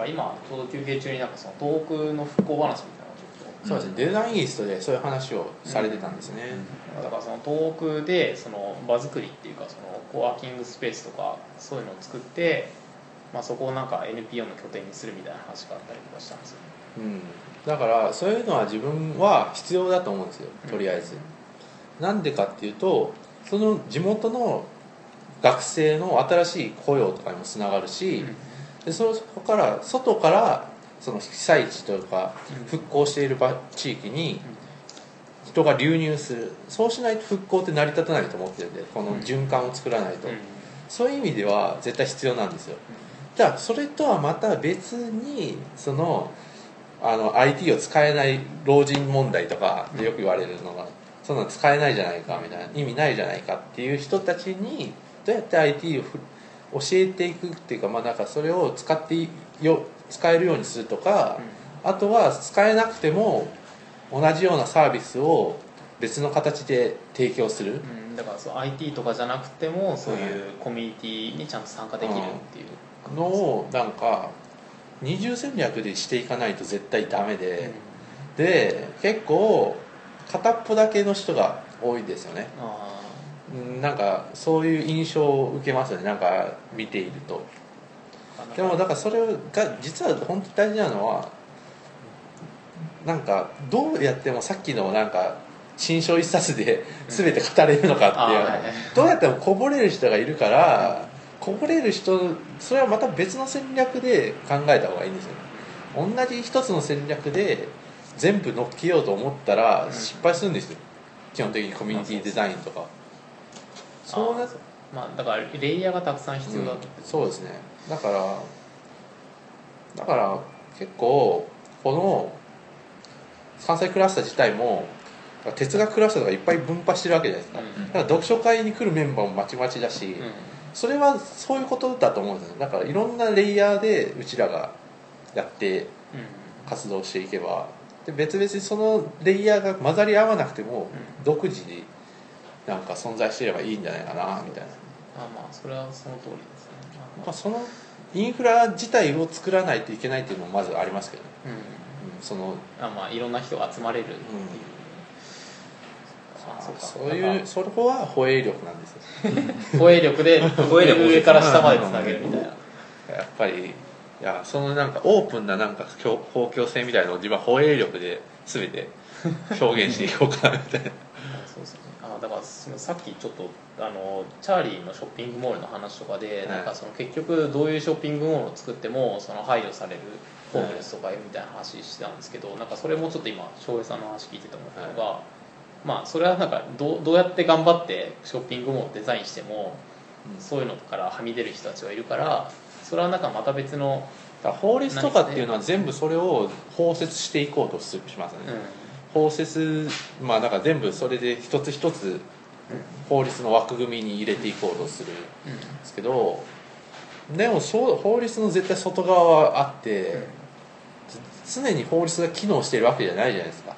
か今ちょうど休憩中になんかその東北の復興話みたいなのをちょっと、 そうですね、デザインイーストでそういう話をされてたんですね、 だからその東北でその場作りっていうかそのコワーキングスペースとかそういうのを作って、まあ、そこをなんか NPO の拠点にするみたいな話があったりとかしたんですよね。 だからそういうのは自分は必要だと思うんですよ、とりあえず。なんでかっていうと、その地元の学生の新しい雇用とかにもつながるし、でそこから外からその被災地とか復興している地域に人が流入する。そうしないと復興って成り立たないと思ってるんで、この循環を作らないと、そういう意味では絶対必要なんですよ。じゃあそれとはまた別にそのIT を使えない老人問題とかでよく言われるのが、そんなの使えないじゃないかみたいな、意味ないじゃないかっていう人たちにどうやって IT を教えていくっていうか、まあなんかそれを使えるようにするとか、あとは使えなくても同じようなサービスを別の形で提供する、 だからそう IT とかじゃなくてもそういうコミュニティにちゃんと参加できるっていうのをなんか二重戦略でしていかないと絶対ダメで、で結構片っぽだけの人が多いですよね。なんかそういう印象を受けますよね、なんか見ていると。でもだからそれが実は本当に大事なのは、なんかどうやってもさっきのなんか新書一冊で全て語れるのかっていう、どうやってもこぼれる人がいるから、こぼれる人、それはまた別の戦略で考えた方がいいんですよね。同じ一つの戦略で全部乗っけようと思ったら失敗するんですよ、基本的にコミュニティデザインとか。 そうなまあだからレイヤーがたくさん必要だと、 そうですね。だから結構この関西クラスター自体も哲学クラスターとかいっぱい分派してるわけじゃないですか、だから読書会に来るメンバーもまちまちだし、それはそういうことだと思うんですよ。だからいろんなレイヤーでうちらがやって活動していけば、で別々にそのレイヤーが混ざり合わなくても独自になんか存在してればいいんじゃないかなみたいな。 まあそれはその通りですね。 まあ、そのインフラ自体を作らないといけないっていうのもまずありますけどね、そのまあいろんな人が集まれるっていう、 そこは保衛力なんですよ保衛力で上から下までつなげるみたいな。 やっぱりそのなんかオープンななんか公共性みたいなのを自分は保衛力で全て表現していこうかなみたいなそうですね。だからさっきちょっとチャーリーのショッピングモールの話とかで、なんかその結局どういうショッピングモールを作ってもその配慮されるホームレスとかみたいな話してたんですけど、なんかそれもちょっと今翔平さんの話聞いてて思ったのが、まあそれはなんかどうやって頑張ってショッピングモールをデザインしても、そういうのからはみ出る人たちがいるから、それはなんかまた別の法律とかっていうのは全部それを包摂していこうとしますね、包摂、まあだから全部それで一つ一つ法律の枠組みに入れていこうとするんですけど、でも法律の絶対外側はあって、常に法律が機能しているわけじゃないじゃないですか、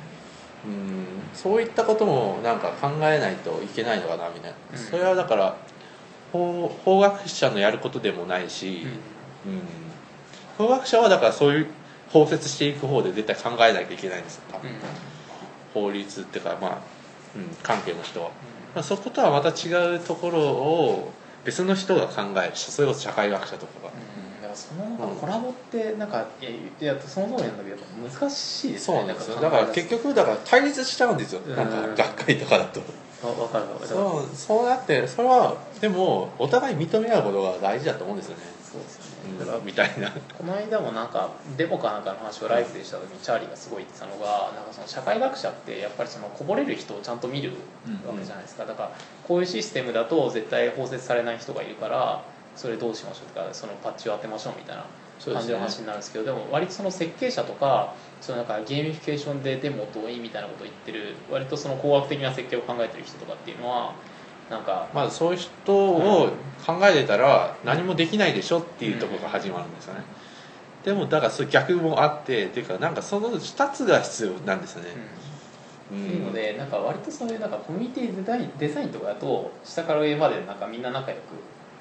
そういったこともなんか考えないといけないのかなみたいな、それはだから法学者のやることでもないし、法学者はだからそういう包摂していく方で絶対考えなきゃいけないんですよ、法律っていうかまあ、関係の人は、そことはまた違うところを別の人が考える、それこそ社会学者とかが、 だからそのなんかコラボってなんかその通りなんだけど難しいですね。 そうなんですよ。だから結局だから対立しちゃうんですよ、なんか学会とかだと。 分かるそうやってそれはでもお互い認め合うことが大事だと思うんですよね。 そうですよね。 みたいな。 この間もなんかデモかなんかの話をライブでした時にチャーリーがすごい言ってたのが、なんかその社会学者ってやっぱりそのこぼれる人をちゃんと見るわけじゃないですか。だからこういうシステムだと絶対包摂されない人がいるからそれどうしましょうとか、そのパッチを当てましょうみたいな感じの話になるんですけど、でも割とその設計者とかそのなんかゲーミフィケーションでデモといいみたいなことを言ってる割とその工学的な設計を考えてる人とかっていうのはなんかまあそういう人を考えてたら何もできないでしょっていうところが始まるんですよね。でもだからそういう逆もあってっていうか、なんかその2つが必要なんですよね。 っていうのでなんか割とそういうなんかコミュニティデザインとかだと下から上までなんかみんな仲良く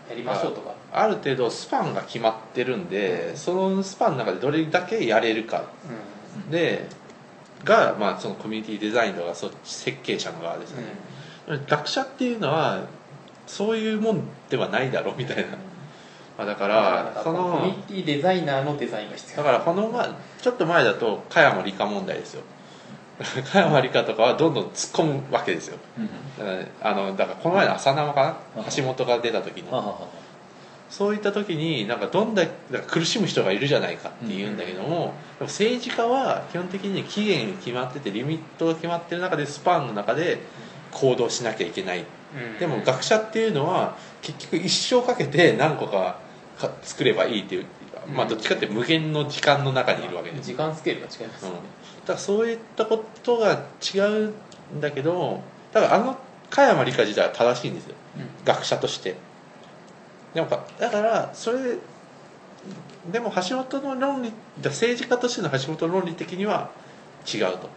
やりましょうとか、 ある程度スパンが決まってるんで、そのスパンの中でどれだけやれるかでが、まあ、そのコミュニティデザインとか設計者の側ですね、学者っていうのはそういうもんではないだろうみたいな、まあ、だからそのコミュニティデザイナーのデザインが必要だからこのちょっと前だと加山理科問題ですよ加山理科とかはどんどん突っ込むわけですよ、だからこの前の朝生かな、橋本が出た時にそういった時になんかどんだけ苦しむ人がいるじゃないかって言うんだけども、でも政治家は基本的に期限が決まっててリミットが決まってる中でスパンの中で行動しなきゃいけない、でも学者っていうのは結局一生かけて何個か作ればいいっていう、まあどっちかっていうと無限の時間の中にいるわけです、 時間スケールが違いますよね、 だからそういったことが違うんだけど、だから加山理科自体は正しいんですよ、学者として。でもだからそれでも橋本の論理、政治家としての橋本の論理的には違うと、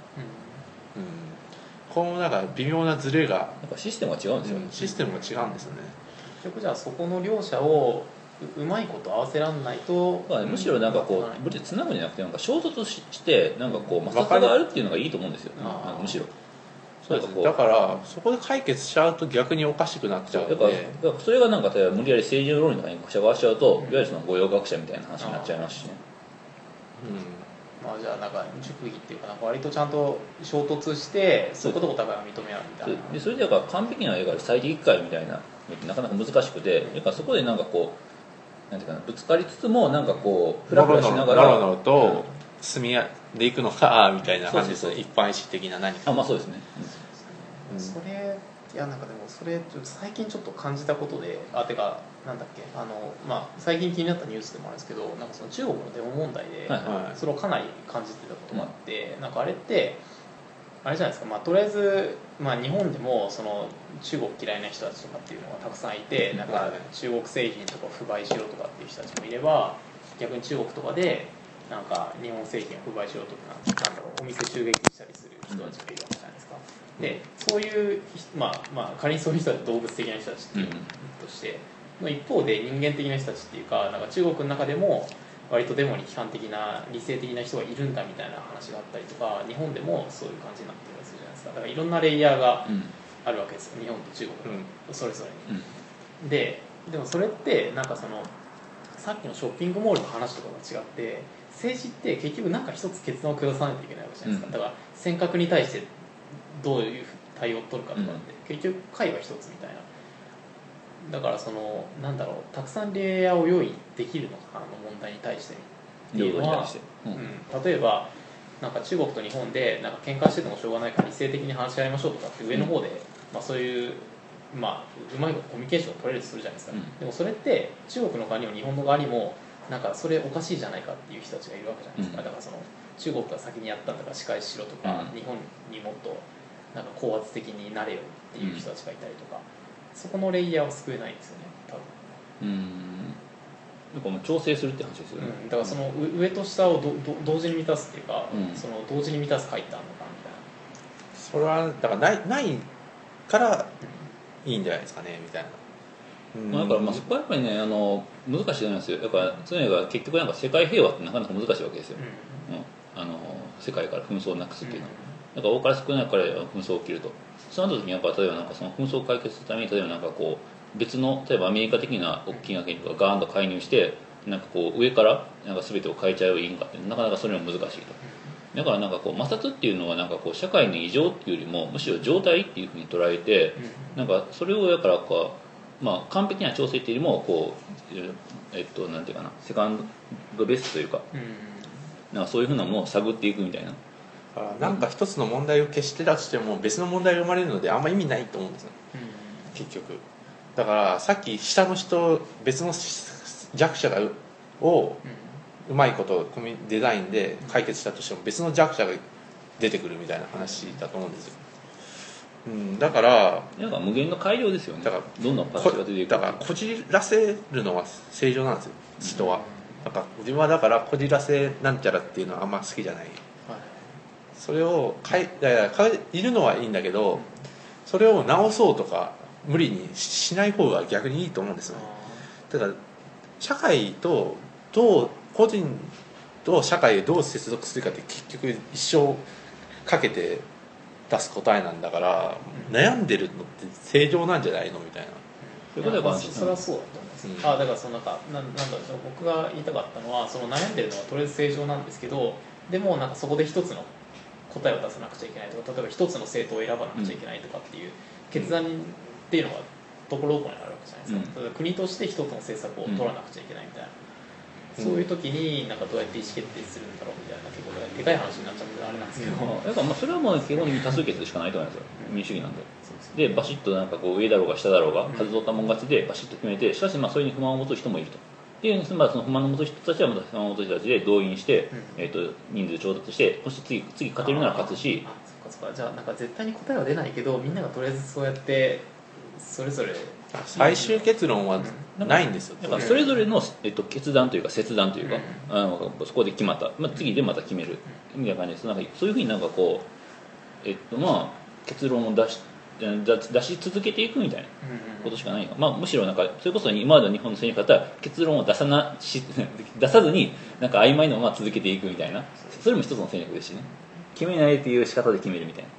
このなんか微妙なズレがなんかシステムが違うんですよね、 システムが違うんですよね。 結局じゃあそこの両者をうまいこと合わせらんないと、 むしろなんかこうつなぐんじゃなくてなんか衝突してなんかこう摩擦があるっていうのがいいと思うんですよ、なんかむしろだからそこで解決しちゃうと逆におかしくなっちゃうので、 だからそれがなんか例えば無理やり政治の論理とかに従わしちゃうと、いわゆるその御用学者みたいな話になっちゃいますしね、 まあ、じゃあなんか熟議っていうかなんか割とちゃんと衝突してそことお互いを認め合うみたいな、 でそれでだから完璧な映画で最適解みたいなのってなかなか難しくて、だからそこでなんかこうなんていうかな、ぶつかりつつもなんかこうフラフラしながらノロノロと進みでいくのかみたいな感じですね、一般意識的な何か。 まあそうですね、 それいやなんかでもそれちょっと最近ちょっと感じたことで、てかなんだっけまあ、最近気になったニュースでもあるんですけど、なんかその中国のデモ問題で、それをかなり感じてたことがあって、なんかあれってあれじゃないですか、まあ、とりあえず、まあ、日本でもその中国嫌いな人たちとかっていうのがたくさんいて、なんか中国製品とか不買しろとかっていう人たちもいれば、逆に中国とかでなんか日本製品を不買しろとかなんだろうお店襲撃したりする人たちがいるわけじゃないですか。でそういう、まあ、仮にそういう人たち動物的な人たちっていうとしての一方で人間的な人たちっていうか、なんか中国の中でも割とデモに批判的な理性的な人がいるんだみたいな話があったりとか、日本でもそういう感じになってるするじゃないですか。だからいろんなレイヤーがあるわけですよ、日本と中国のそれぞれに、でもそれってなんかそのさっきのショッピングモールの話とかと違って、政治って結局なんか一つ決断を下さないといけないわけじゃないですか、だから尖閣に対してどういう対応を取るかとかって、結局解は一つみたいな。だからそのなんだろう、たくさんレイヤーを用意できるのかの問題に対してっていうのは、例えばなんか中国と日本でなんか喧嘩しててもしょうがないから理性的に話し合いましょうとかって上の方で、まあ、そういう、まあ、うまいことコミュニケーションを取れるとするじゃないですか、でもそれって中国の側にも日本の側にもなんかそれおかしいじゃないかっていう人たちがいるわけじゃないですか、だからその中国が先にやったんだから仕返ししろとか、日本にもっとなんか高圧的になれよっていう人たちがいたりとか、そこのレイヤーを救えないんですよね多分。 なんかもう調整するって話ですよね、 だからその上と下を同時に満たすっていうか、その同時に満たす回ってあるのかみたいな。 それはだからないからいいんじゃないですかねみたいな、 だからまあそこはやっぱりね難しいと思いますよ。だから常に結局なんか世界平和ってなかなか難しいわけですよ、世界から紛争をなくすっていうのは、だから多かれ少ないから紛争が起きると、そうなった時にやっぱ例えばなんかその紛争を解決するために例えばなんかこう別の例えばアメリカ的な大きな権力がガーンと介入してなんかこう上からなんか全てを変えちゃえばいいのかってなかなかそれは難しいと。だからなんかこう摩擦っていうのはなんかこう社会の異常っていうよりもむしろ状態っていうふうに捉えて、なんかそれをだからこう、まあ、完璧な調整っていうよりもこうなんていうかなセカンドベストというか、なんかそういうふうなものを探っていくみたいな。 なんか一つの問題を消して出しても別の問題が生まれるのであんま意味ないと思うんですよ、結局。だからさっき下の人別の弱者をうまいことデザインで解決したとしても別の弱者が出てくるみたいな話だと思うんですよ、だからなんか無限の改良ですよね。だからどんどんパッチが出ていく。 だからこじらせるのは正常なんですよ人は、だから自分はだからこじらせなんちゃらっていうのはあんま好きじゃない、それをいるのはいいんだけど、それを直そうとか無理にしない方が逆にいいと思うんですよね。 だから社会とどう個人と社会でどう接続するかって結局一生かけて出す答えなんだから、悩んでるのって正常なんじゃないのみたいな。 そういうことはそれはそうだと思います、だからそのなんだろう、僕が言いたかったのは、その悩んでるのはとりあえず正常なんですけど、でもなんかそこで一つの答えを出さなくちゃいけないとか、例えば一つの政党を選ばなくちゃいけないとかっていう決断っていうのがところどころにあるわけじゃないですか、例えば国として一つの政策を取らなくちゃいけないみたいな、そういう時になんかどうやって意思決定するんだろうみたいな、結構でかい話になっちゃってあれなんですけど、 だからまあそれはもう基本的に多数決しかないと思いますよ、民主主義なんで。でバシッとなんかこう上だろうが下だろうが数取ったもん勝ちでバシッと決めて、しかしまあそれに不満を持つ人もいると。でまあ、その不満を持つ人たちはまた不満を持つ人たちで動員して、人数調達して、もし次勝てるなら勝つし。 そっかじゃあなんか絶対に答えは出ないけど、みんながとりあえずそうやってそれぞれ最終結論はないんですよ。 だからそれぞれの、決断というか切断というか、そこで決まった、まあ、次でまた決めるみたいな感じです。なんかそういうふうになんかこう、まあ、結論を出し続けていくみたいなことしかないの、まあ、むしろなんかそれこそ今までの日本の政治家は結論を出さずになんか曖昧なまま続けていくみたいな、それも一つの戦略ですしね、決めないっていう仕方で決めるみたいな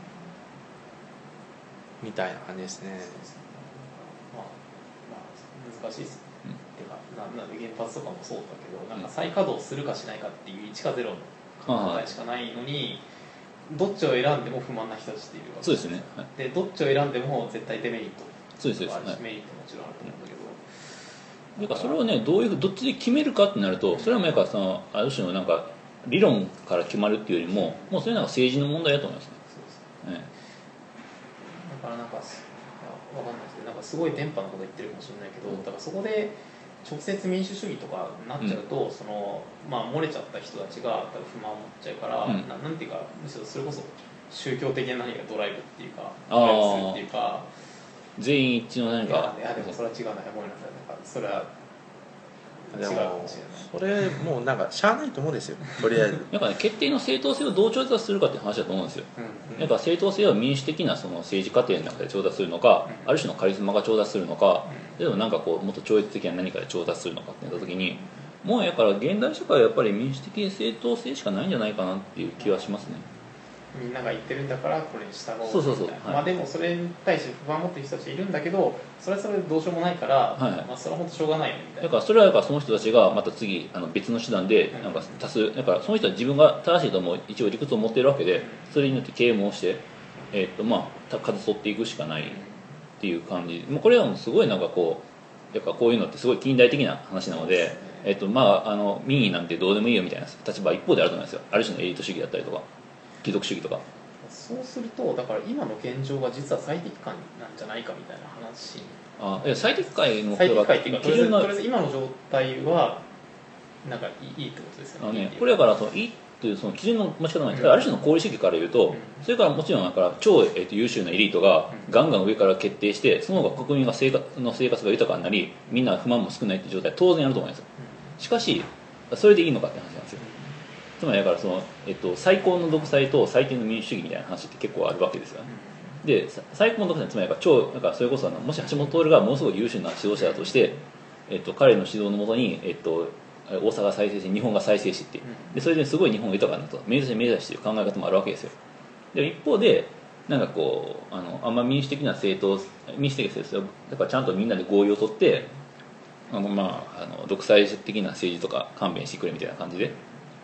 感じですね。 まあ難しいですね、てかなんで原発とかもそうだけど、なんか再稼働するかしないかっていう1か0の考えしかないのに、どっちを選んでも不満な人たちっているわけそうですね、はい、 でどっちを選んでも絶対デメリットそうです、 あるし、 はい、 メリットももちろんあると思うんだけど、 だからそれをねどっちで決めるかってなると、それはもうやっぱそのある種のなんか理論から決まるっていうよりも、もうそれなんか政治の問題だと思いますね。 そうですね、だからなんかわかんないですけど、なんかすごい電波のこと言ってるかもしれないけど、だからそこで直接民主主義とかになっちゃうと、そのまあ漏れちゃった人たちが多分不満を持っちゃうから、なんていうか、むしろそれこそ宗教的な何かドライブっていうか、ドライブするっていうか、 全員一致の何か、 いやでもそれは違うな、ごめんなさい、なんかそれは違うかもしれない。 それもうなんかしゃあないと思うんですよ、とりあえずなんか、ね、決定の正当性をどう調達するかっていう話だと思うんですよ、なんか正当性は民主的なその政治過程の中で調達するのか、ある種のカリスマが調達するのか、でもなんかこうもっと超越的な何かで調達するのかってなった時に、もうやから現代社会はやっぱり民主的正当性しかないんじゃないかなっていう気はしますね。 みんなが言ってるんだからこれに従おうみたいな。 そう、はい、 まあでもそれに対して不安を持ってる人たちいるんだけど、それはそれでどうしようもないから、 はい、 まあそれは本当しょうがないよみたいな。 だからそれはやっぱその人たちがまた次別の手段でなんか多数、だからその人は自分が正しいと思う一応理屈を持っているわけで、それによって啓蒙して、まあ数取っていくしかないっていう感じ。もうこれはすごいなんかこうやっぱこういうのってすごい近代的な話なので、まあ民意なんてどうでもいいよみたいな立場は一方であると思いますよ。ある種のエリート主義だったりとか貴族主義とか。 そうするとだから今の現状が実は最適解なんじゃないかみたいな話。 最適解の最適解っていうか、とりあえず今の状態はなんかいいってことですよね。 これだからいいというその基準の持ち方なんですけど、ある種の功利主義から言うと、それからもちろんだから超、優秀なエリートがガンガン上から決定して、その方が国民が生活が豊かになり、みんな不満も少ないっていう状態は当然あると思いますよ。しかしそれでいいのかって話なんですよ。つまりだからその、最高の独裁と最低の民主主義みたいな話って結構あるわけですよね。で最高の独裁つまりなんかそれこそもし橋本徹がものすごい優秀な指導者だとして、彼の指導のもとに、大阪が再生し日本が再生しってで、それですごい日本が豊かになると目指しという考え方もあるわけですよ。で一方でなんかこうあんま民主的な政党民主的な政党だからちゃんとみんなで合意を取って独裁的な政治とか勘弁してくれみたいな感じで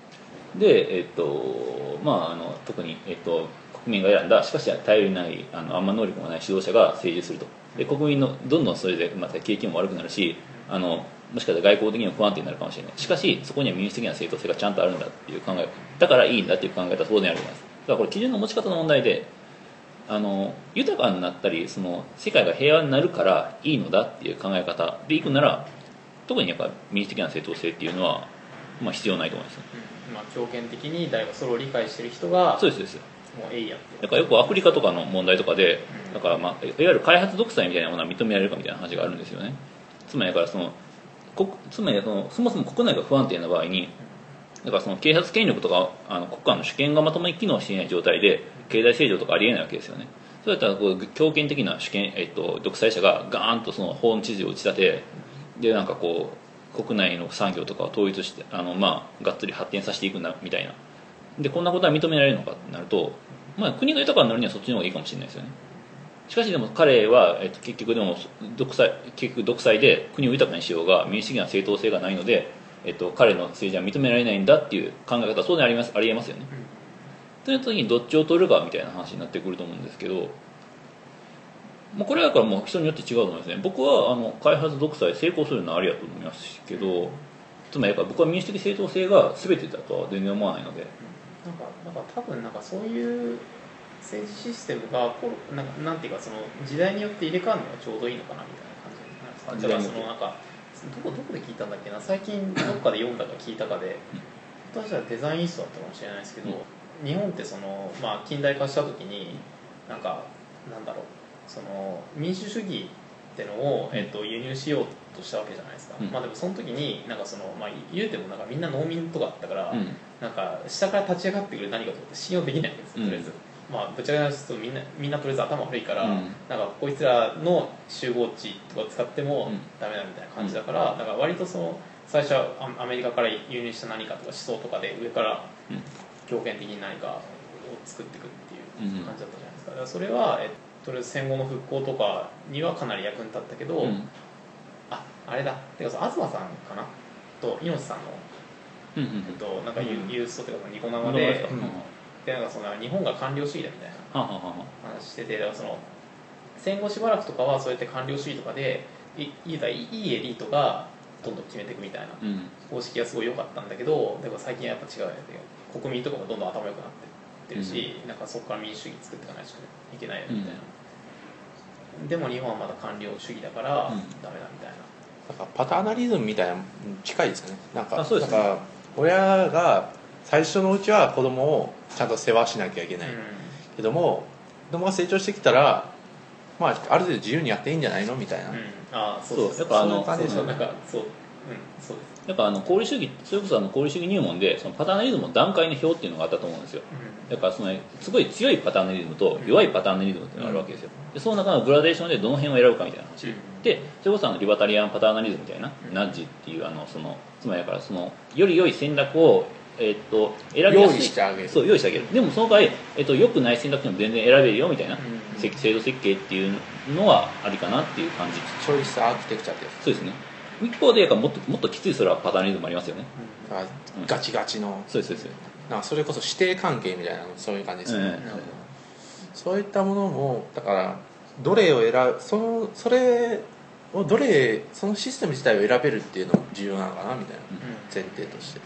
特に、国民が選んだしかし頼りないあんま能力もない指導者が政治すると。で国民のどんどんそれでまた景気も悪くなるしもしかしたら外交的にも不安定になるかもしれない。しかしそこには民主的な正当性がちゃんとあるんだっていう考えだからいいんだっていう考え方は当然あると思います。だからこれ基準の持ち方の問題で豊かになったりその世界が平和になるからいいのだっていう考え方でいくなら特にやっぱ民主的な正当性っていうのは、必要ないと思います、 強権的に誰かそれを理解してる人がそうですもうえいやってだからよくアフリカとかの問題とかでだから、いわゆる開発独裁みたいなものは認められるかみたいな話があるんですよね。つまりだからそもそも国内が不安定な場合にだからその警察権力とか国家の主権がまともに機能していない状態で経済成長とかありえないわけですよね。そうやったら強権的な主権、独裁者がガーンとその法の秩序を打ち立てでなんかこう国内の産業とかを統一してまあがっつり発展させていくんだみたいな。でこんなことは認められるのかってなると、まあ、国が豊かになるにはそっちの方がいいかもしれないですよね。しかしでも彼は、結局でも独裁で国を豊かにしようが民主主義な正当性がないので、彼の政治は認められないんだっていう考え方は当然ありえますよね。という時にどっちを取るかみたいな話になってくると思うんですけど、もうこれだからもう人によって違うと思いますね。僕は開発独裁成功するのはありだと思いますけど、つまり僕は民主的正当性が全てだとは全然思わないので、 なんか多分そういう政治システムがなんていうかその時代によって入れ替わるのがちょうどいいのかなみたいな感じなんですか。だからどこで聞いたんだっけな、最近どっかで読んだか聞いたかで、私はデザインイーストだったかもしれないですけど、日本って近代化した時になんだろう、その民主主義ってのを、輸入しようとしたわけじゃないですか。まあでもその時に言うてもみんな農民とかだったから、なんか下から立ち上がってくる何かとかって信用できないわけですよ、とりあえず。ぶっちゃけ話するとみんなとりあえず頭悪いから、なんかこいつらの集合値とか使ってもダメだみたいな感じだから、だから割と最初はアメリカから輸入した何かとか思想とかで上から強権的に何かを作っていくっていう感じだったじゃないですか。だからそれは、とりあえず戦後の復興とかにはかなり役に立ったけど、あれだてか東さんかなと猪瀬さんの、なんかユーストというかニコ生で、なんか日本が官僚主義だみたいな話してて、だから戦後しばらくとかはそうやって官僚主義とかでいいエリートがどんどん決めていくみたいな方式がすごい良かったんだけど、でも最近はやっぱ違うよね。国民とかもどんどん頭良くなってってるし、なんかそこから民主主義作っていかないといけないよねみたいな。でも日本はまだ官僚主義だからダメだみたいな。 なんかパターナリズムみたいな近いですよね。なんかそうですね。 なんか親が最初のうちは子供をちゃんと世話しなきゃいけない、けども子供が成長してきたら、ある程度自由にやっていいんじゃないのみたいな、 そうやっぱそうやっぱ功利主義、それこそ功利主義入門でそのパターナリズムの段階の表っていうのがあったと思うんですよ。だからすごい強いパターナリズムと弱いパターナリズムっていうのがあるわけですよ。でその中のグラデーションでどの辺を選ぶかみたいな話、でそれこそリバタリアンパターナリズムみたいな、ナッジっていうつまりだからより良い戦略を選びやすい用意してあげる。 そう用意してあげる。でもその場合、良くない選択肢も全然選べるよみたいな、制度設計っていうのはありかなっていう感じ。 チョイスアーキテクチャってやつ。 そうですね。一方でもっときついそれはパターナリズムもありますよね。 ガチガチの、 そうですなんかそれこそ師弟関係みたいなそういう感じですね、そういったものもだからどれを選ぶそのシステム自体を選べるっていうのも重要なのかなみたいな、前提として。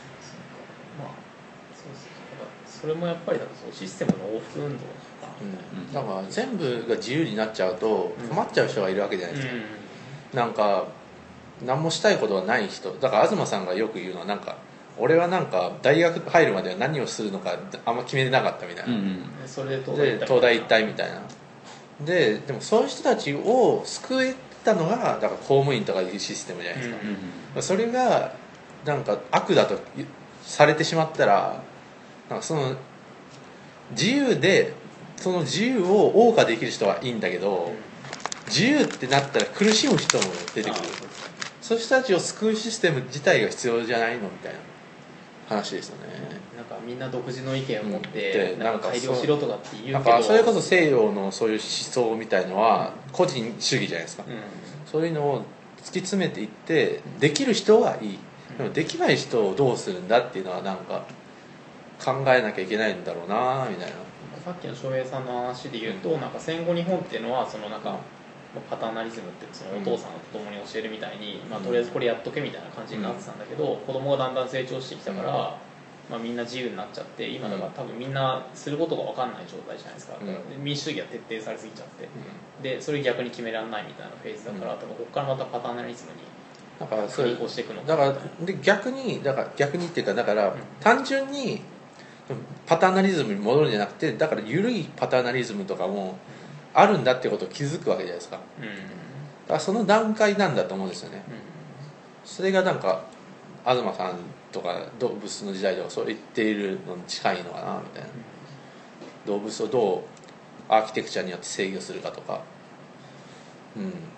それもやっぱりシステムの往復運動だから全部が自由になっちゃうと困っちゃう人がいるわけじゃないですか、なんか何もしたいことはない人だから東さんがよく言うのはなんか俺はなんか大学入るまでは何をするのかあんま決めてなかったみたいな、 それで東大行ったいみたいなでもそういう人たちを救えたのがだから公務員とかいうシステムじゃないですか、それがなんか悪だとされてしまったらなんか自由でその自由を謳歌できる人はいいんだけど、自由ってなったら苦しむ人も出てくる。そういう人たちを救うシステム自体が必要じゃないのみたいな話ですよね。 なんかみんな独自の意見を持ってなんか改良しろとかって言うけど、 なんかそれこそ西洋のそういう思想みたいのは個人主義じゃないですか、そういうのを突き詰めていってできる人はいい、でもできない人をどうするんだっていうのはなんか考えなきゃいけないんだろうなみたいな。 さっきの翔平さんの話で言うと、なんか戦後日本っていうのはなんかパターナリズムってお父さんが子供に教えるみたいに、とりあえずこれやっとけみたいな感じになってたんだけど、子供がだんだん成長してきたから、みんな自由になっちゃって今だから多分みんなすることが分かんない状態じゃないですか、民主主義が徹底されすぎちゃって、でそれ逆に決められないみたいなフェーズだから、多分ここからまたパターナリズムに移行していくのか。 だからで逆にっていうかだから単純にパターナリズムに戻るんじゃなくて、だから緩いパターナリズムとかもあるんだってことを気づくわけじゃないですか、だからその段階なんだと思うんですよね、それがなんか東さんとか動物の時代とかそう言っているのに近いのかなみたいな、動物をどうアーキテクチャによって制御するかとか、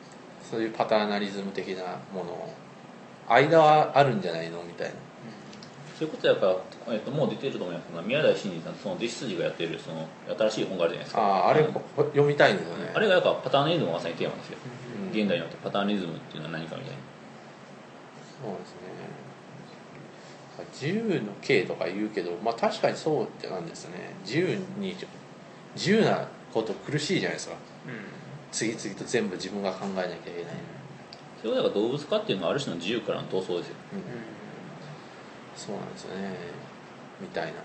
そういうパターナリズム的なもの間はあるんじゃないのみたいな。 そういうことやから、もう出てると思いますが、宮台真司さんその弟子筋がやってるその新しい本があるじゃないですか。 あれ読みたいんですよね。 あれがやっぱパターナリズムがまさにテーマなんですよ、 うん現代においてパターナリズムっていうのは何かみたいな。 そうですね。自由の刑とか言うけど、まあ確かにそうなんですね。自由なこと苦しいじゃないですか。次々と全部自分が考えなきゃいけない。 それが動物化っていうのはある種の自由からの闘争ですよ、 そうなんですよねみたいな。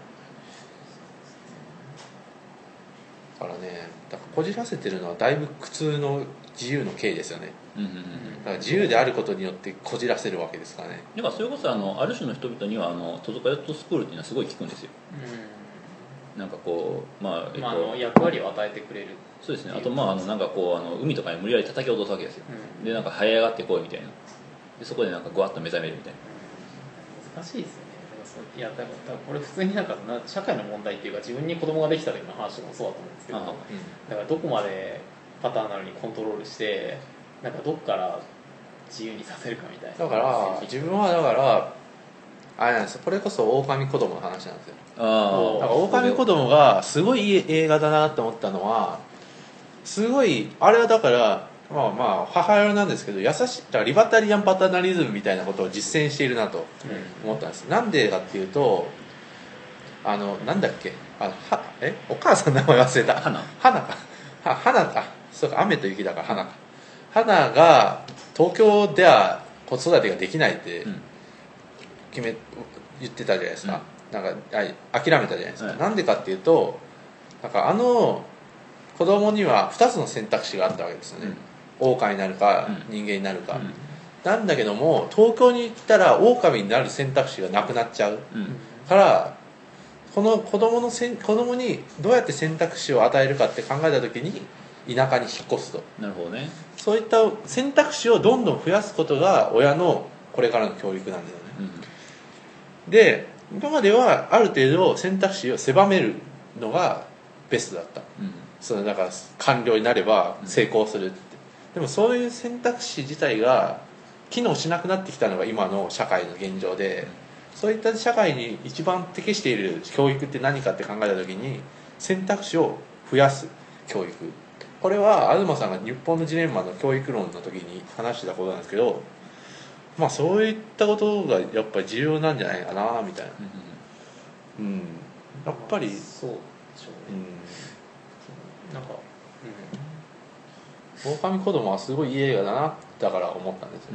だからね、だからこじらせてるのはだいぶ苦痛の自由の刑ですよね。だから自由であることによってこじらせるわけですからね。 だからそれこそある種の人々にはトゾカヨットスクールっていうのはすごい効くんですよ、なんかこう、 役割を与えてくれる。 そうですね。あとなんかこう海とかに無理やり叩き落とすわけですよ、でなんか這い上がってこいみたいな、でそこでなんかグワッと目覚めるみたいな。 難しいですよね。いやだからこれ普通になんか社会の問題っていうか自分に子供ができた時の話もそうだと思うんですけど、だからどこまでパターナルにコントロールしてなんかどっから自由にさせるかみたいな。 だから自分はだからあれなんですよ、これこそ狼子供の話なんですよ。だから狼子供がすごいいい映画だなって思ったのは、すごいあれはだからまあ母親なんですけど、優しいだからリバタリアンパターナリズムみたいなことを実践しているなと思ったんです、なんでかっていうとなんだっけお母さんの名前忘れた。花かそうか、雨と雪だから花が東京では子育てができないって言ってたじゃないですか、なんか諦めたじゃないですか、なんでかっていうとなんか子供には2つの選択肢があったわけですよね、狼になるか人間になるか、なんだけども東京に行ったら狼になる選択肢がなくなっちゃう、から、この子供にどうやって選択肢を与えるかって考えた時に田舎に引っ越すと。 なるほどね。 そういった選択肢をどんどん増やすことが親のこれからの教育なんだよね、で今まではある程度選択肢を狭めるのがベストだった、だから官僚になれば成功するって、でもそういう選択肢自体が機能しなくなってきたのが今の社会の現状で、そういった社会に一番適している教育って何かって考えた時に選択肢を増やす教育、これは東さんが日本のジレンマの教育論の時に話してたことなんですけど、まあそういったことがやっぱり重要なんじゃないかなみたいな、やっぱりそうでしょうね、なんか狼子供はすごいいい映画だなだから思ったんですよ、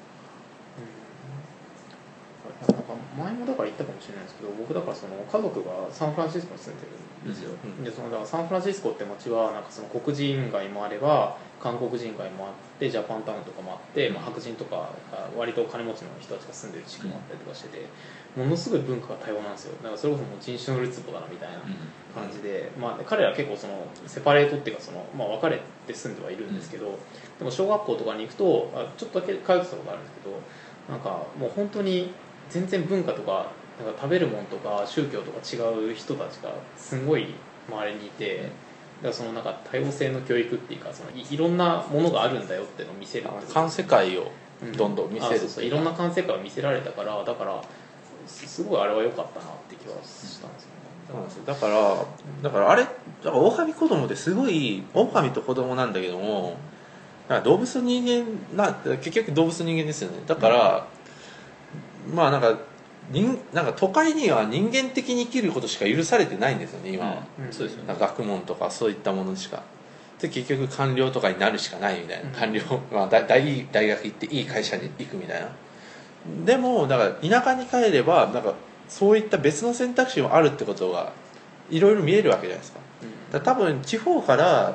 なんか前もだから言ったかもしれないですけど、僕だからその家族がサンフランシスコに住んでるんですよ、でだからサンフランシスコって街はなんかその黒人街もあれば韓国人街もあってジャパンタウンとかもあって、白人とか割と金持ちの人たちが住んでる地区もあったりとかしてて、ものすごい文化が多様なんですよ。だからそれこそもう人種のるつぼだなみたいな感じで、彼らは結構そのセパレートっていうか分かれて住んではいるんですけど、でも小学校とかに行くとちょっとだけ通ってたことあるんですけど、なんかもう本当に全然文化とかなんか食べるものとか宗教とか違う人たちがすごい周りにいて、だからそのなんか多様性の教育っていうか、そのいろんなものがあるんだよっていうのを見せるっていう、 環世界をどんどん見せる、 いろんな環世界を見せられたから、だからすごいあれは良かったなって気はしたんですよね。 そうなんですよ。だからあれだから狼子供ってすごい狼と子供なんだけども、なんか動物と人間結局動物と人間ですよね。だから、まあなんか都会には人間的に生きることしか許されてないんですよね今は、 そうですよね。 なんか学問とかそういったものしかで、結局官僚とかになるしかないみたいな、官僚、大学行っていい会社に行くみたいな。でもだから田舎に帰ればなんかそういった別の選択肢もあるってことがいろいろ見えるわけじゃないですか。だから多分地方から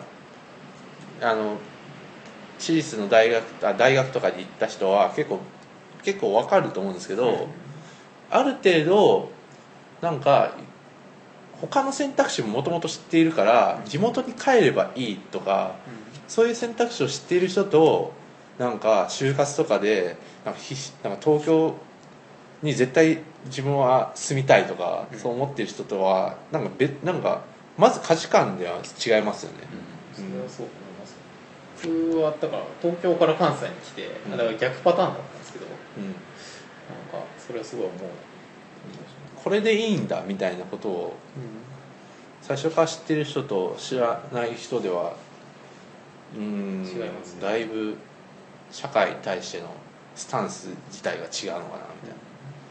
私立の大学とかに行った人は結構分かると思うんですけど、ある程度なんか他の選択肢ももともと知っているから地元に帰ればいいとか、そういう選択肢を知っている人となんか就活とかでなんか東京に絶対自分は住みたいとか、そう思っている人とはなんかまず価値観では違いますよね、 それはそう思います。 僕はだから東京から関西に来て、だから逆パターンだったんですけど、 うん、 なんかそれはすごい思う。 これでいいんだみたいなことを最初から知ってる人と知らない人では違いますね。 だいぶ社会に対してのスタンス自体が違うのかなみたいな。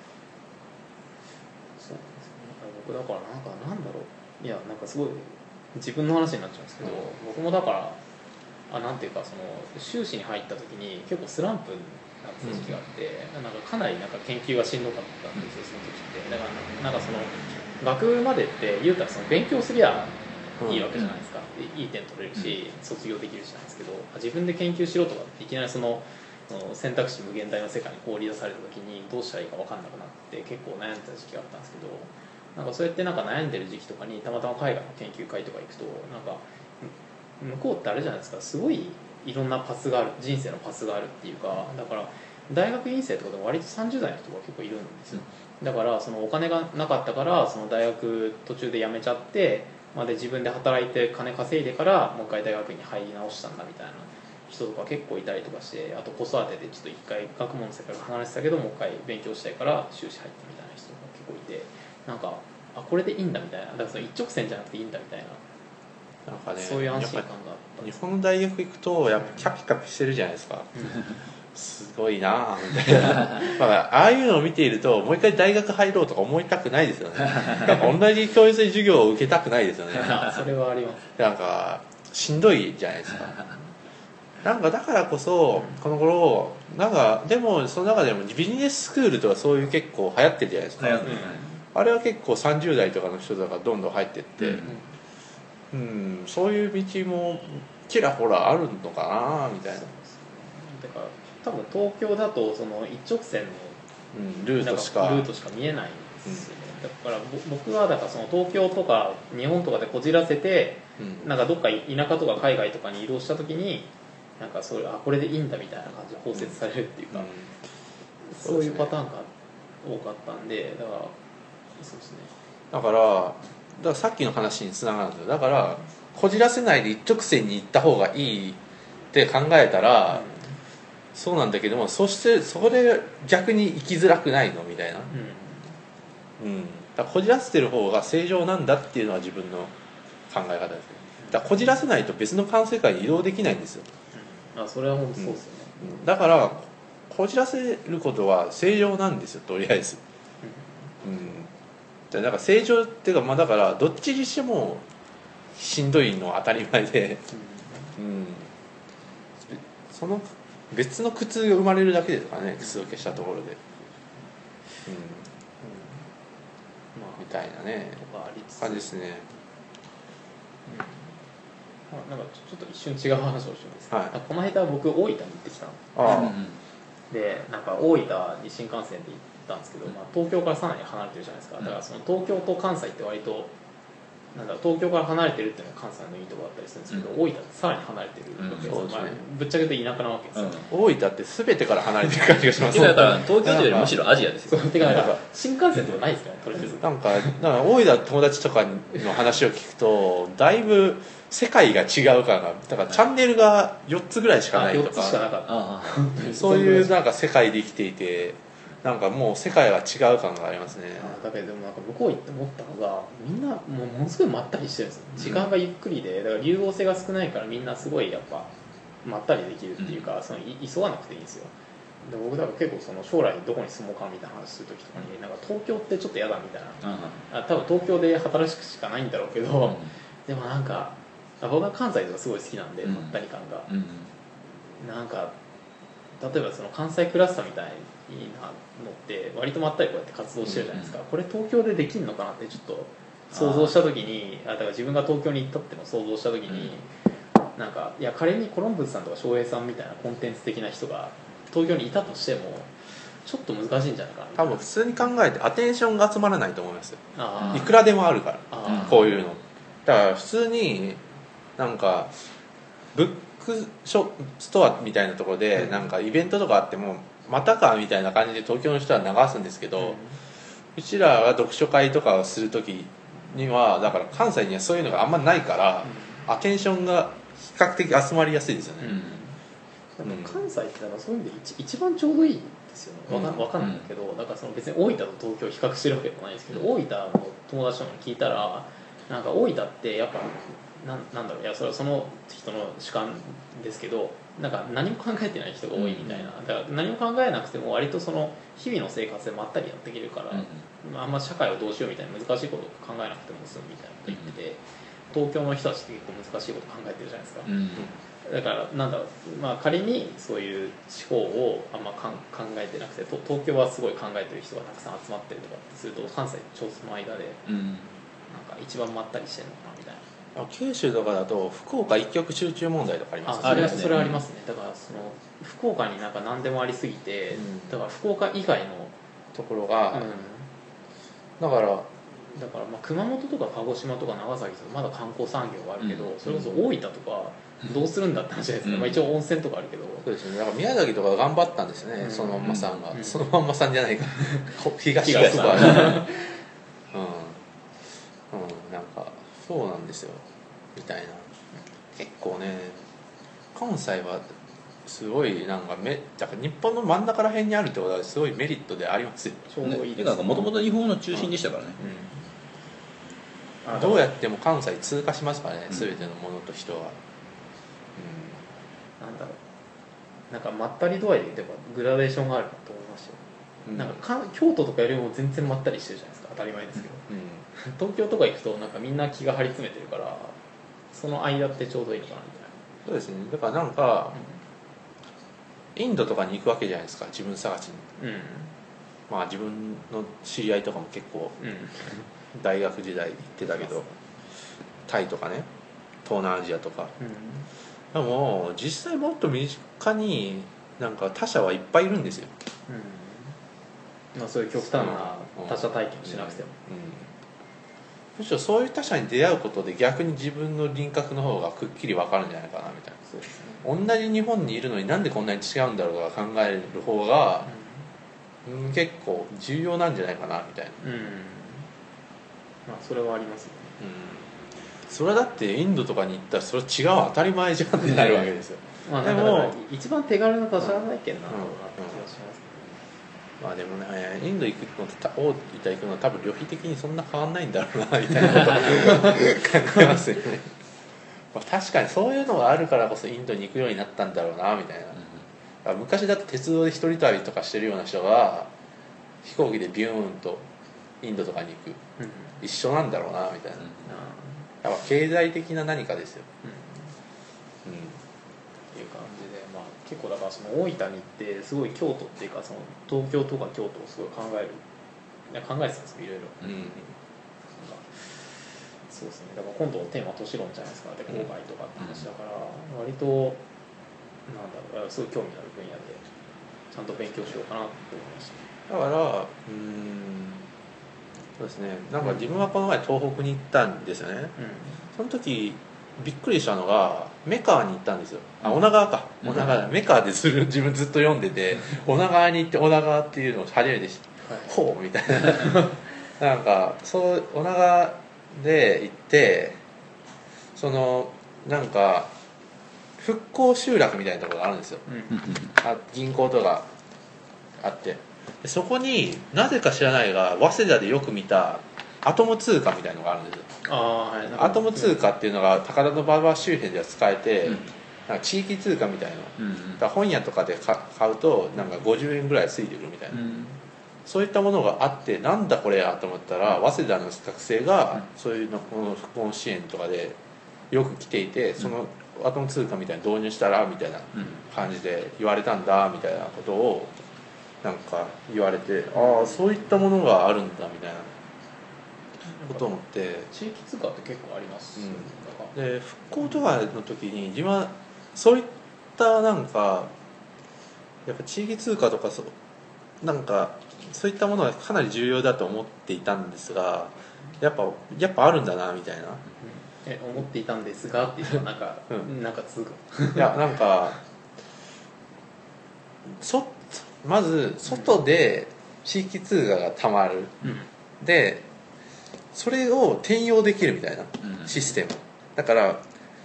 そうですね。僕だからなんだろう、いやなんかすごい自分の話になっちゃうんですけど、僕もだからなんていうかその修士に入った時に結構スランプになってた時期があって、なんかかなりなんか研究がしんどかったんですよその時って。だからなんかその学部までって言うたらその勉強すりゃいいわけじゃないですか、でいい点取れるし卒業できるしなんですけど、自分で研究しろとかっていきなりその選択肢無限大の世界に放り出された時にどうしたらいいか分かんなくなって結構悩んでた時期があったんですけど、なんかそうやってなんか悩んでる時期とかにたまたま海外の研究会とか行くとなんか向こうってあれじゃないですか、すごいいろんなパスがある、人生のパスがあるっていうか、だから大学院生とかでも割と30代の人が結構いるんですよ。だからそのお金がなかったからその大学途中で辞めちゃってで自分で働いて金稼いでからもう一回大学院に入り直したんだみたいな人とか結構いたりとかして、あと子育てでちょっと一回学問の世界から離れてたけどもう一回勉強したいから修士入ったみたいな人とか結構いて、なんかこれでいいんだみたいな、だからその一直線じゃなくていいんだみたいな、 なんかね、 そういう安心感があったんです。 日本の大学行くとやっぱキャピキャピしてるじゃないですか、すごいなみたいなああいうのを見ているともう一回大学入ろうとか思いたくないですよね。なんか同じ教育授業を受けたくないですよね。 それはあります。 なんかしんどいじゃないですか。なんかだからこそこの頃なんかでもその中でもビジネススクールとかそういう結構流行ってるじゃないですか、あれは結構30代とかの人とかどんどん入ってって、そういう道もちらほらあるのかなみたいな。 だから多分東京だとその一直線のルートしか見えないんですよね、だから僕はだからその東京とか日本とかでこじらせて、なんかどっか田舎とか海外とかに移動した時になんかそれこれでいいんだみたいな感じで包摂されるっていうか、そういうパターンが多かったんで、だからそうですね。 だからさっきの話につながるんですよ。だからこじらせないで一直線に行った方がいいって考えたら、そうなんだけども、そしてそこで逆に生きづらくないのみたいな、だからこじらせてる方が正常なんだっていうのは自分の考え方ですね。だからこじらせないと別の環世界に移動できないんですよ、 それは本当そうですよね、 だからこじらせることは正常なんですよとりあえず、だから正常っていうか、だからどっちにしてもしんどいのは当たり前で、その別の苦痛が生まれるだけですからね、苦痛を消したところで、みたいなね感じですね。 なんかちょっと一瞬違う話をしますけど、この間僕大分に行ってきたので、なんか大分に新幹線で行ったんですけど、東京からさらに離れてるじゃないですか。だからその東京と関西って割と東京から離れてるっていうのが関西のいいところだったりするんですけど、大分ってさらに離れてるわけですよ、ぶっちゃけて田舎なわけですよ、 大分って全てから離れてる感じがします。 だから東京というよりむしろアジアですよ。 てかなんか新幹線とかないですかね、とりあえず。 なんか大分友達とかの話を聞くとだいぶ世界が違うから、だからチャンネルが4つぐらいしかないとか、 4つしかなかったそういうなんか世界で生きていて、なんかもう世界は違う感がありますね。 だけどでもなんか向こう行って思ったのが、みんなものすごいまったりしてるんですよ、時間がゆっくりで、だから流動性が少ないからみんなすごいやっぱまったりできるっていうか、その急がなくていいんですよ。で僕だから結構その将来どこに住もうかみたいな話する時とかに、なんか東京ってちょっと嫌だみたいな、多分東京で働くしかないんだろうけど、でもなんか僕は関西とかすごい好きなんで、まったり感が、なんか例えばその関西クラスターみたいなのって割とまったりこうやって活動してるじゃないですか、これ東京でできるのかなってちょっと想像した時に、だから自分が東京に行ったってのを想像した時に、なんかいや仮にコロンブスさんとか翔平さんみたいなコンテンツ的な人が東京にいたとしてもちょっと難しいんじゃないかな。 多分普通に考えてアテンションが集まらないと思いますよ。 あいくらでもあるからあこういうの。だから普通になんかブックストアみたいなところでなんかイベントとかあってもまたかみたいな感じで東京の人は流すんですけど、うちらが読書会とかをする時にはだから関西にはそういうのがあんまないから、アテンションが較的集まりやすいですよね、 なんか関西ってなんかそういう意味で一番ちょうどいいですよね。わかんないんだけど、だからその別に大分と東京を比較してるわけでもないですけど、大分の友達とかに聞いたらなんか大分ってやっぱなんだろう、いやそれはその人の主観ですけど、なんか何も考えてない人が多いみたいな、だから何も考えなくても割とその日々の生活でまったりやっていけるから、あんま社会をどうしようみたいな難しいことを考えなくても済むみたいなこと言ってて、東京の人たちって結構難しいこと考えてるじゃないですか、だからなんだろう、まあ、仮にそういう地方をあんま考えてなくて東京はすごい考えてる人がたくさん集まってるとかってすると、関西ちょうどその間でなんか一番まったりしてるのかなみたいな。 九州とかだと福岡一極集中問題とかありますね。それはありますね。だからその福岡になんか何でもありすぎて、だから福岡以外のところが、だからまあ熊本とか鹿児島とか長崎とかまだ観光産業があるけど、それこそ大分とかどうするんだって話じゃないですか、まあ、一応温泉とかあるけど。 そうですね、だから宮崎とか頑張ったんですね、そのまんまさんが、そのまんまさんじゃないか東がすごいなんかそうなんですよみたいな。結構ね関西はすごいなんかだから日本の真ん中ら辺にあるってことはすごいメリットでありますよ。 ちょうどいいです。 なんかもともと日本の中心でしたからね、 どうやっても関西通過しますからね、全てのものと人は。 なんだろう、なんかまったり度合いで言えばグラデーションがあるなと思いましたよ、なんか京都とかよりも全然まったりしてるじゃないですか、当たり前ですけど、東京とか行くとなんかみんな気が張り詰めてるから、その間ってちょうどいいのかなみたいな。 そうですね、だからなんか、インドとかに行くわけじゃないですか、自分探しに、まあ自分の知り合いとかも結構、大学時代行ってたけど、タイとかね、東南アジアとか、でも実際もっと身近になんか他者はいっぱいいるんですよ、 まあ、そういう極端な他者体験をしなくても、 むしろそういう他者に出会うことで逆に自分の輪郭の方がくっきり分かるんじゃないかなみたいな。そうですね、同じ日本にいるのになんでこんなに違うんだろうとか考える方が、結構重要なんじゃないかなみたいな。 まあそれはありますね。 それだってインドとかに行ったらそれ違う当たり前じゃんってなるわけですよ。 まあ、でも一番手軽な他者体験なんだろうなって気がします。 まあでもね、インド行くのと大分行くのは多分旅費的にそんな変わんないんだろうなみたいなことを考えますよね。まあ確かにそういうのがあるからこそインドに行くようになったんだろうなみたいな。昔だと鉄道で一人旅とかしてるような人が飛行機でビューンとインドとかに行く、一緒なんだろうなみたいな。やっぱ経済的な何かですよ。 っていう感じで、まあ、結構だからその大分に行ってすごい京都っていうかその東京とか京都をすごい考えてたんですけど、いろいろ、そうですね、だから今度のテーマ都市論じゃないですか、で郊外とかって話だから、割となんだろう、すごい興味のある分野でちゃんと勉強しようかなと思いました。 だからそうですね、なんか自分はこの前東北に行ったんですよね、その時びっくりしたのがメカーに行ったんですよ。女川か、女川、メカーで自分ずっと読んでて女川に行って女川っていうのを初めて知って、ほうみたいななんかそう女川で行って、そのなんか復興集落みたいなところがあるんですよ、銀行とかあって、そこになぜか知らないが早稲田でよく見たアトム通貨みたいなのがあるんですよ。アトム通貨っていうのが高田馬場周辺では使えて、なんか地域通貨みたいな、だから本屋とかで買うとなんか50円ぐらいついてくるみたいな、そういったものがあって、なんだこれやと思ったら早稲田の学生がそういうのこの復興支援とかでよく来ていて、そのアトム通貨みたいに導入したらみたいな感じで言われたんだみたいなことをなんか言われて、ああそういったものがあるんだみたいなことを思って、 地域通貨って結構あります、 で復興とかの時に自分はそういったなんかやっぱ地域通貨とかなんかそういったものがかなり重要だと思っていたんですが、やっぱあるんだなみたいな、 思っていたんですがっていうのはなんか、なんか続くいやなんかまず外で地域通貨がたまる、でそれを転用できるみたいなシステム、だから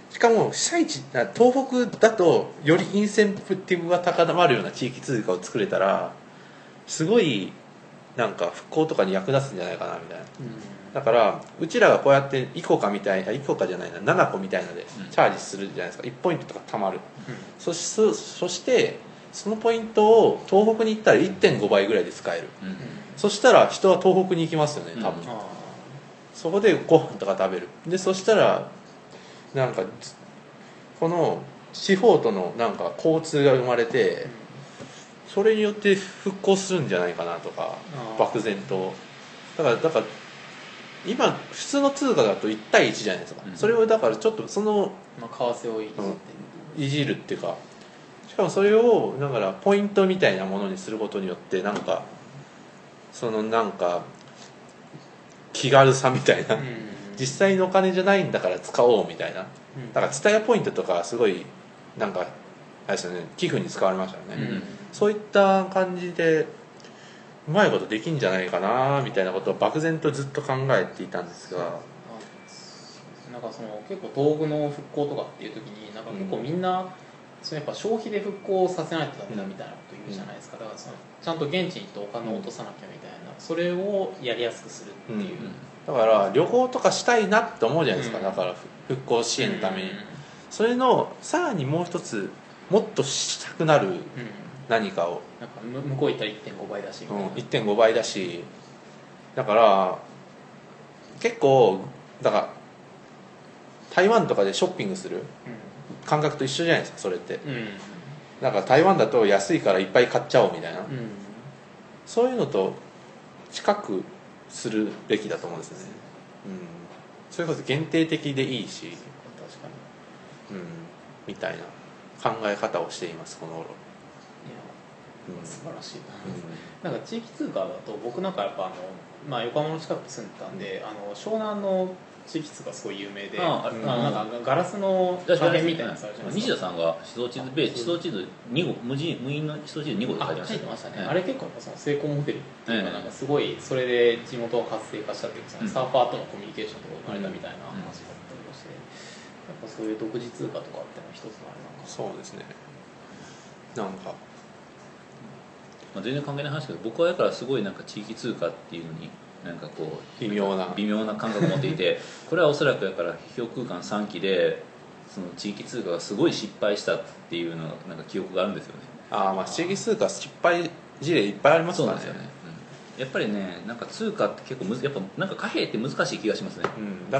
しかも被災地東北だとよりインセンティブが高まるような地域通貨を作れたらすごいなんか復興とかに役立つんじゃないかなみたいな。だからうちらがこうやってイコカみたいなイコカじゃないな7個みたいなのでチャージするじゃないですか。1ポイントとか貯まる、そしてそのポイントを東北に行ったら 1.5 倍ぐらいで使える、そしたら人は東北に行きますよね多分、そこでご飯とか食べる。でそしたらなんかこの地方とのなんか交通が生まれて、それによって復興するんじゃないかなとか漠然と。だから今普通の通貨だと1対1じゃないですか、それをだからちょっとその、 為替をいじるっていうか、しかもそれをだからポイントみたいなものにすることによってなんかそのなんか気軽さみたいな、実際のお金じゃないんだから使おうみたいな。だからTSUTAYAポイントとかすごいなんかあれですよね、寄付に使われましたよね、そういった感じでうまいことできんじゃないかなみたいなことを漠然とずっと考えていたんですが、 なんかその結構東北の復興とかっていう時になんか結構みんな、そのやっぱ消費で復興させないとダメだみたいなこと言うじゃないですか。だからそのちゃんと現地に行ってお金を落とさなきゃみたいな、それをやりやすくするっていう、 だから旅行とかしたいなって思うじゃないですか、だから復興支援のために、それのさらにもう一つもっとしたくなる何かを、 なんか向こう行ったら 1.5 倍だしみたいな、 1.5 倍だし、だから結構だから台湾とかでショッピングする感覚と一緒じゃないですかそれって、だから台湾だと安いからいっぱい買っちゃおうみたいな、そういうのと近くするべきだと思うんですよね、それこそ限定的でいいし、 確かに、 みたいな考え方をしていますこの頃。 素晴らしいな、なんか地域通貨だと僕なんかやっぱ横浜の近くに住んでたんで、湘南の地域通貨すごい有名で、なんかガラスの破片みたいなやつあるじゃないですか。 西田さんが思想地図地図2号無印の思想地図2号で書いてました書いてましたね、あれ結構その成功モデルっていうか、なんかすごいそれで地元が活性化したっていうか、そのサーファーとのコミュニケーションとか生まれたみたいな話だったりとかして、やっぱそういう独自通貨とかっていうのは一つのあれなんか。 そうですね、なんか全然関係ない話ですけど、僕はだからすごいなんか地域通貨っていうのになんかこう微妙な感覚を持っていてこれはおそらくだから批評空間3期でその地域通貨がすごい失敗したっていうのなんか記憶があるんですよね。 まあ地域通貨失敗事例いっぱいありますからね。 そうなんですよね、やっぱりねなんか通貨って結構やっぱなんか貨幣って難しい気がしますね、 だ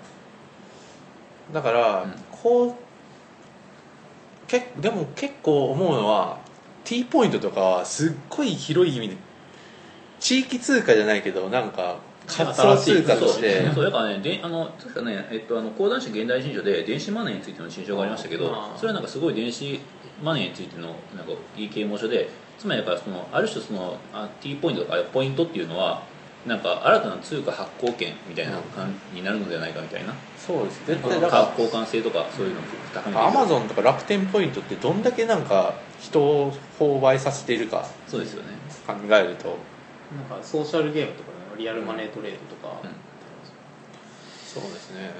から、こうでも結構思うのは T ポイントとかはすっごい広い意味で地域通貨じゃないけどなんか仮想通貨としてそうだからね確かね講談社現代新書で電子マネーについての新書がありましたけど、それはなんかすごい電子マネーについてのなんかいい啓蒙書で、つまりだからある種T ポイントとかポイントっていうのはなんか新たな通貨発行権みたいな感じになるのではないかみたいな、 そうです絶対だから交換性とかそういうのを高めていく。 アマゾンとか楽天ポイントってどんだけなんか人を購買させているかそうですよね考えるとなんかソーシャルゲームとかのリアルマネートレードとか、 そうですね、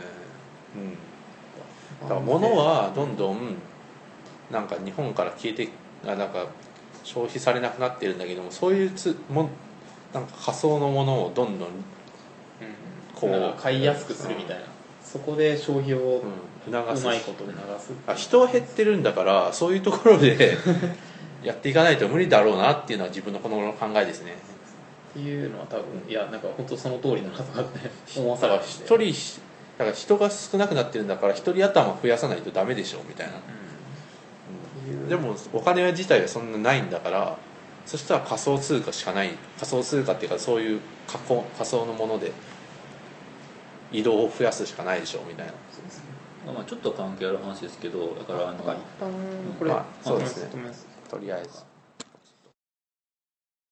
だから物はどんどんなんか日本から消えてなんか消費されなくなってるんだけども、そういうなんか仮想のものをどんどんこう買いやすくするみたいな、そこで消費をうまいことで流す。 人は減ってるんだからそういうところでやっていかないと無理だろうなっていうのは自分のこの考えですね。 っていうのは多分いやなんか本当その通りだなとかって思わされて、 だから人が少なくなってるんだから一人頭増やさないとダメでしょみたいな、でもお金自体はそんなないんだから、そしたら仮想通貨しかない、仮想通貨っていうかそういう仮想のもので移動を増やすしかないでしょみたいな。 まあちょっと関係ある話ですけど、だから一旦これ、 そうですね、とりあえず